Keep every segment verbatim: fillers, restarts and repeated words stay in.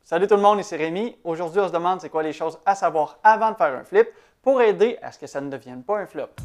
Salut tout le monde, ici Rémi. Aujourd'hui, on se demande c'est quoi les choses à savoir avant de faire un flip pour aider à ce que ça ne devienne pas un flop.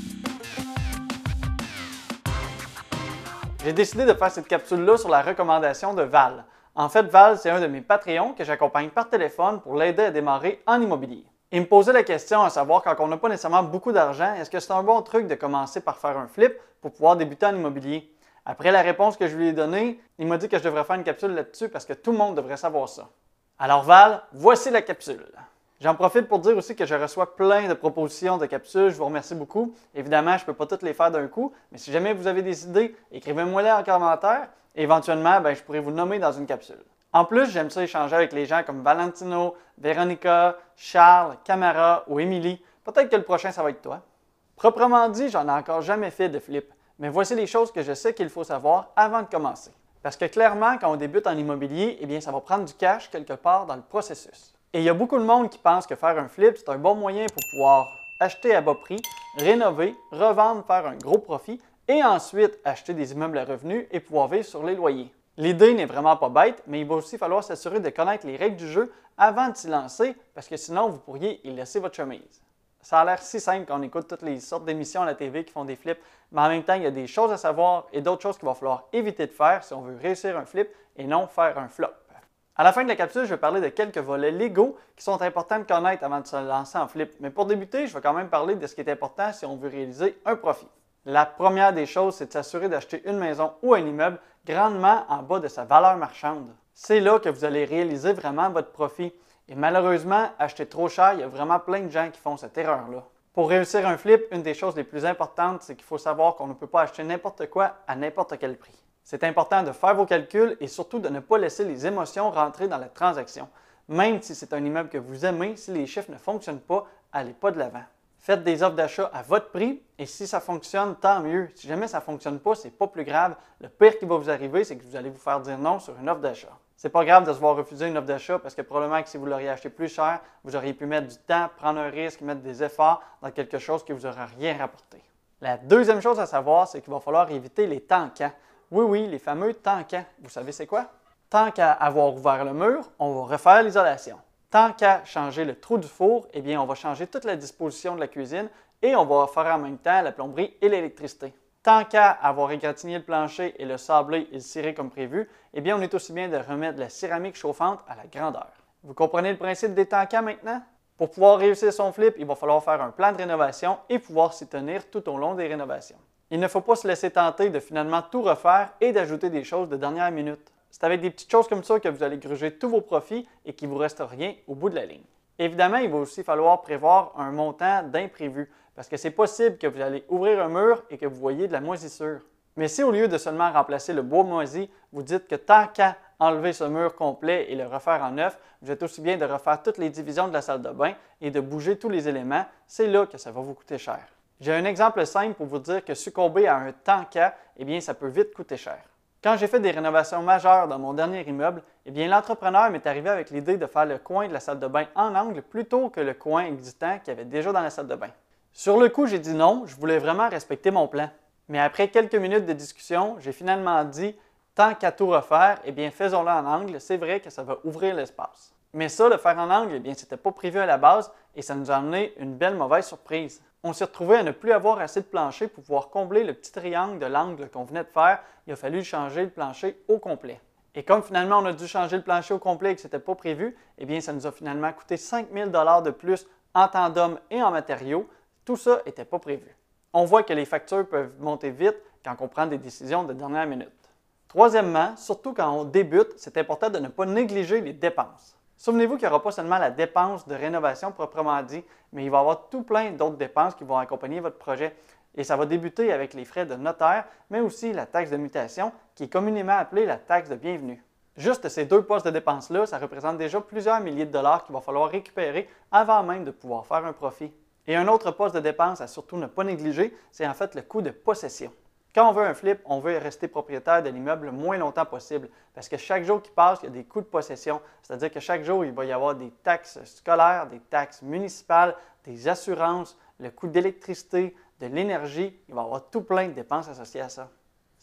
J'ai décidé de faire cette capsule-là sur la recommandation de Val. En fait, Val, c'est un de mes Patreons que j'accompagne par téléphone pour l'aider à démarrer en immobilier. Il me posait la question à savoir, quand on n'a pas nécessairement beaucoup d'argent, est-ce que c'est un bon truc de commencer par faire un flip pour pouvoir débuter en immobilier? Après la réponse que je lui ai donnée, il m'a dit que je devrais faire une capsule là-dessus parce que tout le monde devrait savoir ça. Alors Val, voici la capsule. J'en profite pour dire aussi que je reçois plein de propositions de capsules, je vous remercie beaucoup. Évidemment, je ne peux pas toutes les faire d'un coup, mais si jamais vous avez des idées, écrivez-moi-les en commentaire et éventuellement, ben, je pourrai vous nommer dans une capsule. En plus, j'aime ça échanger avec les gens comme Valentino, Véronica, Charles, Camara ou Émilie. Peut-être que le prochain, ça va être toi. Proprement dit, j'en ai encore jamais fait de flip, mais voici les choses que je sais qu'il faut savoir avant de commencer. Parce que clairement, quand on débute en immobilier, eh bien, ça va prendre du cash quelque part dans le processus. Et il y a beaucoup de monde qui pense que faire un flip, c'est un bon moyen pour pouvoir acheter à bas prix, rénover, revendre, faire un gros profit et ensuite acheter des immeubles à revenus et pouvoir vivre sur les loyers. L'idée n'est vraiment pas bête, mais il va aussi falloir s'assurer de connaître les règles du jeu avant de s'y lancer parce que sinon, vous pourriez y laisser votre chemise. Ça a l'air si simple quand on écoute toutes les sortes d'émissions à la T V qui font des flips, mais en même temps, il y a des choses à savoir et d'autres choses qu'il va falloir éviter de faire si on veut réussir un flip et non faire un flop. À la fin de la capsule, je vais parler de quelques volets légaux qui sont importants de connaître avant de se lancer en flip. Mais pour débuter, je vais quand même parler de ce qui est important si on veut réaliser un profit. La première des choses, c'est de s'assurer d'acheter une maison ou un immeuble grandement en bas de sa valeur marchande. C'est là que vous allez réaliser vraiment votre profit. Et malheureusement, acheter trop cher, il y a vraiment plein de gens qui font cette erreur-là. Pour réussir un flip, une des choses les plus importantes, c'est qu'il faut savoir qu'on ne peut pas acheter n'importe quoi à n'importe quel prix. C'est important de faire vos calculs et surtout de ne pas laisser les émotions rentrer dans la transaction. Même si c'est un immeuble que vous aimez, si les chiffres ne fonctionnent pas, allez pas de l'avant. Faites des offres d'achat à votre prix et si ça fonctionne, tant mieux. Si jamais ça ne fonctionne pas, ce n'est pas plus grave. Le pire qui va vous arriver, c'est que vous allez vous faire dire non sur une offre d'achat. C'est pas grave de se voir refuser une offre d'achat parce que probablement que si vous l'auriez acheté plus cher, vous auriez pu mettre du temps, prendre un risque, mettre des efforts dans quelque chose qui ne vous aura rien rapporté. La deuxième chose à savoir, c'est qu'il va falloir éviter les tankants. Oui, oui, les fameux tankants. Vous savez c'est quoi? Tant qu'à avoir ouvert le mur, on va refaire l'isolation. Tant qu'à changer le trou du four, eh bien, on va changer toute la disposition de la cuisine et on va faire en même temps la plomberie et l'électricité. Tant qu'à avoir égratigné le plancher et le sablé et le ciré comme prévu, eh bien, on est aussi bien de remettre de la céramique chauffante à la grandeur. Vous comprenez le principe des tankants maintenant? Pour pouvoir réussir son flip, il va falloir faire un plan de rénovation et pouvoir s'y tenir tout au long des rénovations. Il ne faut pas se laisser tenter de finalement tout refaire et d'ajouter des choses de dernière minute. C'est avec des petites choses comme ça que vous allez gruger tous vos profits et qu'il ne vous reste rien au bout de la ligne. Évidemment, il va aussi falloir prévoir un montant d'imprévu parce que c'est possible que vous allez ouvrir un mur et que vous voyez de la moisissure. Mais si au lieu de seulement remplacer le bois moisi, vous dites que tant qu'à enlever ce mur complet et le refaire en neuf, vous êtes aussi bien de refaire toutes les divisions de la salle de bain et de bouger tous les éléments, c'est là que ça va vous coûter cher. J'ai un exemple simple pour vous dire que succomber à un tant qu'à, eh bien, ça peut vite coûter cher. Quand j'ai fait des rénovations majeures dans mon dernier immeuble, eh bien, l'entrepreneur m'est arrivé avec l'idée de faire le coin de la salle de bain en angle plutôt que le coin existant qu'il y avait déjà dans la salle de bain. Sur le coup, j'ai dit non, je voulais vraiment respecter mon plan. Mais après quelques minutes de discussion, j'ai finalement dit tant qu'à tout refaire, eh bien, faisons-le en angle, c'est vrai que ça va ouvrir l'espace. Mais ça, le faire en angle, eh bien, c'était pas prévu à la base et ça nous a amené une belle mauvaise surprise. On s'est retrouvé à ne plus avoir assez de plancher pour pouvoir combler le petit triangle de l'angle qu'on venait de faire. Il a fallu changer le plancher au complet. Et comme finalement on a dû changer le plancher au complet et que ce n'était pas prévu, eh bien ça nous a finalement coûté cinq mille dollars de plus en temps d'homme et en matériaux. Tout ça n'était pas prévu. On voit que les factures peuvent monter vite quand on prend des décisions de dernière minute. Troisièmement, surtout quand on débute, c'est important de ne pas négliger les dépenses. Souvenez-vous qu'il n'y aura pas seulement la dépense de rénovation proprement dit, mais il va y avoir tout plein d'autres dépenses qui vont accompagner votre projet. Et ça va débuter avec les frais de notaire, mais aussi la taxe de mutation, qui est communément appelée la taxe de bienvenue. Juste ces deux postes de dépenses-là, ça représente déjà plusieurs milliers de dollars qu'il va falloir récupérer avant même de pouvoir faire un profit. Et un autre poste de dépense à surtout ne pas négliger, c'est en fait le coût de possession. Quand on veut un flip, on veut rester propriétaire de l'immeuble le moins longtemps possible parce que chaque jour qui passe, il y a des coûts de possession. C'est-à-dire que chaque jour, il va y avoir des taxes scolaires, des taxes municipales, des assurances, le coût d'électricité, de l'énergie. Il va y avoir tout plein de dépenses associées à ça.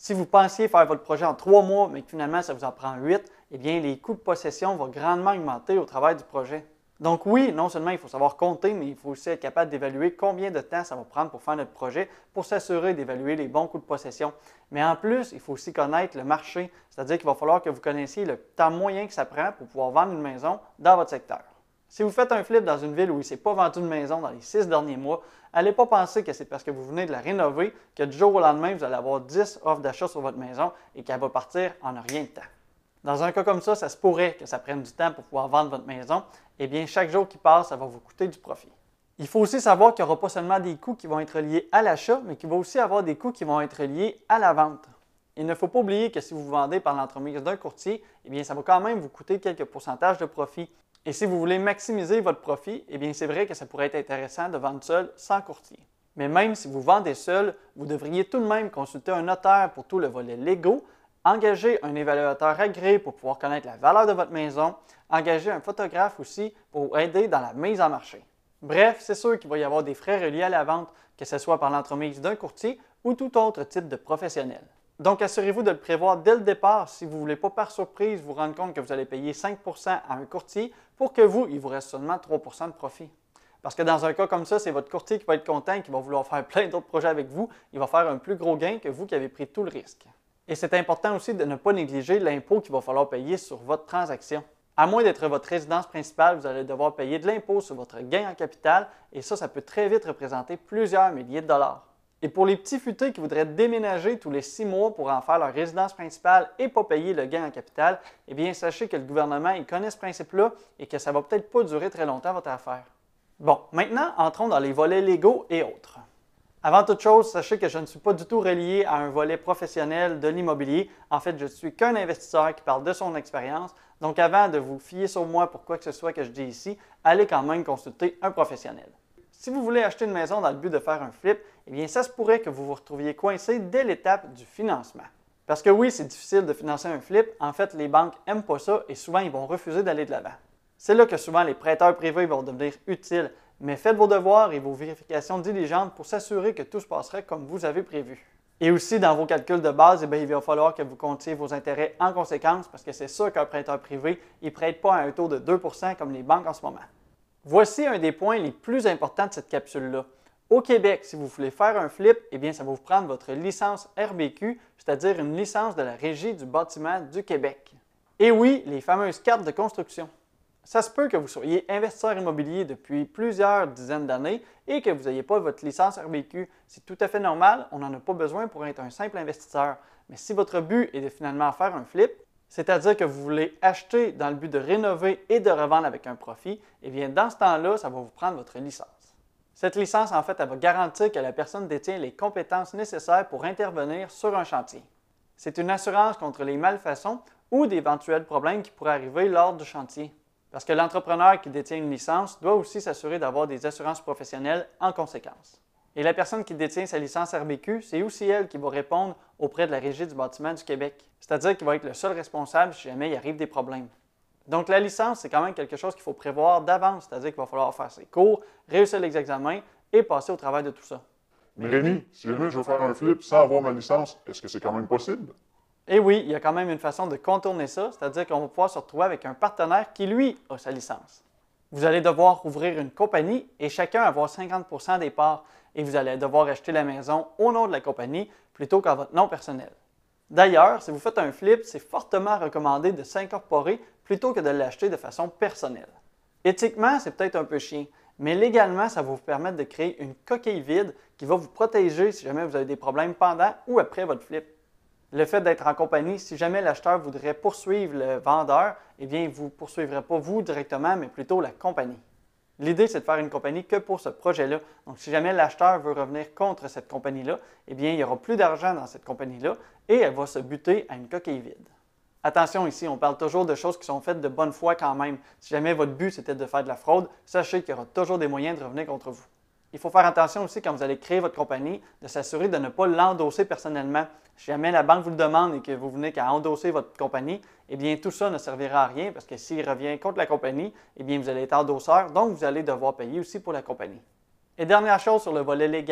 Si vous pensiez faire votre projet en trois mois, mais que finalement ça vous en prend huit, eh bien les coûts de possession vont grandement augmenter au travers du projet. Donc oui, non seulement il faut savoir compter, mais il faut aussi être capable d'évaluer combien de temps ça va prendre pour faire notre projet, pour s'assurer d'évaluer les bons coûts de possession. Mais en plus, il faut aussi connaître le marché, c'est-à-dire qu'il va falloir que vous connaissiez le temps moyen que ça prend pour pouvoir vendre une maison dans votre secteur. Si vous faites un flip dans une ville où il ne s'est pas vendu de maison dans les six derniers mois, n'allez pas penser que c'est parce que vous venez de la rénover que du jour au lendemain, vous allez avoir dix offres d'achat sur votre maison et qu'elle va partir en rien de temps. Dans un cas comme ça, ça se pourrait que ça prenne du temps pour pouvoir vendre votre maison. Eh bien, chaque jour qui passe, ça va vous coûter du profit. Il faut aussi savoir qu'il n'y aura pas seulement des coûts qui vont être liés à l'achat, mais qu'il va aussi avoir des coûts qui vont être liés à la vente. Il ne faut pas oublier que si vous vendez par l'entremise d'un courtier, eh bien, ça va quand même vous coûter quelques pourcentages de profit. Et si vous voulez maximiser votre profit, eh bien, c'est vrai que ça pourrait être intéressant de vendre seul sans courtier. Mais même si vous vendez seul, vous devriez tout de même consulter un notaire pour tout le volet légaux, engager un évaluateur agréé pour pouvoir connaître la valeur de votre maison, engager un photographe aussi pour aider dans la mise en marché. Bref, c'est sûr qu'il va y avoir des frais reliés à la vente, que ce soit par l'entremise d'un courtier ou tout autre type de professionnel. Donc, assurez-vous de le prévoir dès le départ si vous ne voulez pas par surprise vous rendre compte que vous allez payer cinq pour cent à un courtier pour que vous, il vous reste seulement trois pour cent de profit. Parce que dans un cas comme ça, c'est votre courtier qui va être content et qui va vouloir faire plein d'autres projets avec vous. Il va faire un plus gros gain que vous qui avez pris tout le risque. Et c'est important aussi de ne pas négliger l'impôt qu'il va falloir payer sur votre transaction. À moins d'être votre résidence principale, vous allez devoir payer de l'impôt sur votre gain en capital et ça, ça peut très vite représenter plusieurs milliers de dollars. Et pour les petits futés qui voudraient déménager tous les six mois pour en faire leur résidence principale et pas payer le gain en capital, eh bien, sachez que le gouvernement il connaît ce principe-là et que ça ne va peut-être pas durer très longtemps votre affaire. Bon, maintenant, entrons dans les volets légaux et autres. Avant toute chose, sachez que je ne suis pas du tout relié à un volet professionnel de l'immobilier. En fait, je ne suis qu'un investisseur qui parle de son expérience. Donc, avant de vous fier sur moi pour quoi que ce soit que je dis ici, allez quand même consulter un professionnel. Si vous voulez acheter une maison dans le but de faire un flip, eh bien, ça se pourrait que vous vous retrouviez coincé dès l'étape du financement. Parce que oui, c'est difficile de financer un flip. En fait, les banques n'aiment pas ça et souvent, ils vont refuser d'aller de l'avant. C'est là que souvent les prêteurs privés vont devenir utiles. Mais faites vos devoirs et vos vérifications diligentes pour s'assurer que tout se passerait comme vous avez prévu. Et aussi, dans vos calculs de base, eh bien, il va falloir que vous comptiez vos intérêts en conséquence parce que c'est sûr qu'un prêteur privé ne prête pas à un taux de deux pour cent comme les banques en ce moment. Voici un des points les plus importants de cette capsule-là. Au Québec, si vous voulez faire un flip, eh bien, ça va vous prendre votre licence R B Q, c'est-à-dire une licence de la Régie du bâtiment du Québec. Et oui, les fameuses cartes de construction. Ça se peut que vous soyez investisseur immobilier depuis plusieurs dizaines d'années et que vous n'ayez pas votre licence R B Q. C'est tout à fait normal, on n'en a pas besoin pour être un simple investisseur. Mais si votre but est de finalement faire un flip, c'est-à-dire que vous voulez acheter dans le but de rénover et de revendre avec un profit, eh bien dans ce temps-là, ça va vous prendre votre licence. Cette licence, en fait, elle va garantir que la personne détient les compétences nécessaires pour intervenir sur un chantier. C'est une assurance contre les malfaçons ou d'éventuels problèmes qui pourraient arriver lors du chantier. Parce que l'entrepreneur qui détient une licence doit aussi s'assurer d'avoir des assurances professionnelles en conséquence. Et la personne qui détient sa licence R B Q, c'est aussi elle qui va répondre auprès de la Régie du bâtiment du Québec. C'est-à-dire qu'il va être le seul responsable si jamais il arrive des problèmes. Donc la licence, c'est quand même quelque chose qu'il faut prévoir d'avance, c'est-à-dire qu'il va falloir faire ses cours, réussir les examens et passer au travail de tout ça. Mais Rémi, si jamais je veux faire un flip sans avoir ma licence, est-ce que c'est quand même possible? Et oui, il y a quand même une façon de contourner ça, c'est-à-dire qu'on va pouvoir se retrouver avec un partenaire qui, lui, a sa licence. Vous allez devoir ouvrir une compagnie et chacun avoir cinquante pour cent des parts et vous allez devoir acheter la maison au nom de la compagnie plutôt qu'à votre nom personnel. D'ailleurs, si vous faites un flip, c'est fortement recommandé de s'incorporer plutôt que de l'acheter de façon personnelle. Éthiquement, c'est peut-être un peu chiant, mais légalement, ça va vous permettre de créer une coquille vide qui va vous protéger si jamais vous avez des problèmes pendant ou après votre flip. Le fait d'être en compagnie, si jamais l'acheteur voudrait poursuivre le vendeur, eh bien, vous ne poursuivrez pas vous directement, mais plutôt la compagnie. L'idée, c'est de faire une compagnie que pour ce projet-là. Donc, si jamais l'acheteur veut revenir contre cette compagnie-là, eh bien, il n'y aura plus d'argent dans cette compagnie-là et elle va se buter à une coquille vide. Attention ici, on parle toujours de choses qui sont faites de bonne foi quand même. Si jamais votre but, c'était de faire de la fraude, sachez qu'il y aura toujours des moyens de revenir contre vous. Il faut faire attention aussi quand vous allez créer votre compagnie, de s'assurer de ne pas l'endosser personnellement. Si jamais la banque vous le demande et que vous venez qu'à endosser votre compagnie, eh bien tout ça ne servira à rien parce que s'il revient contre la compagnie, eh bien vous allez être endosseur, donc vous allez devoir payer aussi pour la compagnie. Et dernière chose sur le volet légal,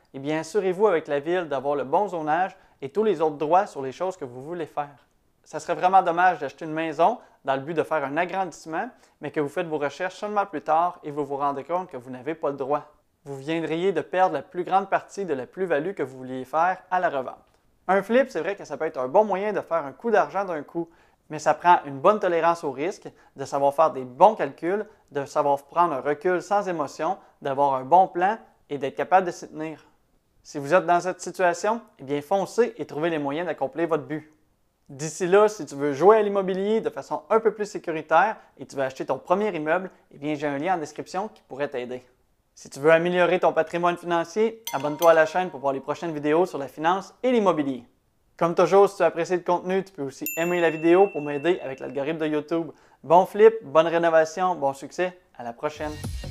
eh bien assurez-vous avec la ville d'avoir le bon zonage et tous les autres droits sur les choses que vous voulez faire. Ça serait vraiment dommage d'acheter une maison dans le but de faire un agrandissement, mais que vous faites vos recherches seulement plus tard et vous vous rendez compte que vous n'avez pas le droit. Vous viendriez de perdre la plus grande partie de la plus-value que vous vouliez faire à la revente. Un flip, c'est vrai que ça peut être un bon moyen de faire un coup d'argent d'un coup, mais ça prend une bonne tolérance au risque, de savoir faire des bons calculs, de savoir prendre un recul sans émotion, d'avoir un bon plan et d'être capable de s'y tenir. Si vous êtes dans cette situation, eh bien foncez et trouvez les moyens d'accomplir votre but. D'ici là, si tu veux jouer à l'immobilier de façon un peu plus sécuritaire et tu veux acheter ton premier immeuble, eh bien j'ai un lien en description qui pourrait t'aider. Si tu veux améliorer ton patrimoine financier, abonne-toi à la chaîne pour voir les prochaines vidéos sur la finance et l'immobilier. Comme toujours, si tu as apprécié le contenu, tu peux aussi aimer la vidéo pour m'aider avec l'algorithme de YouTube. Bon flip, bonne rénovation, bon succès, à la prochaine!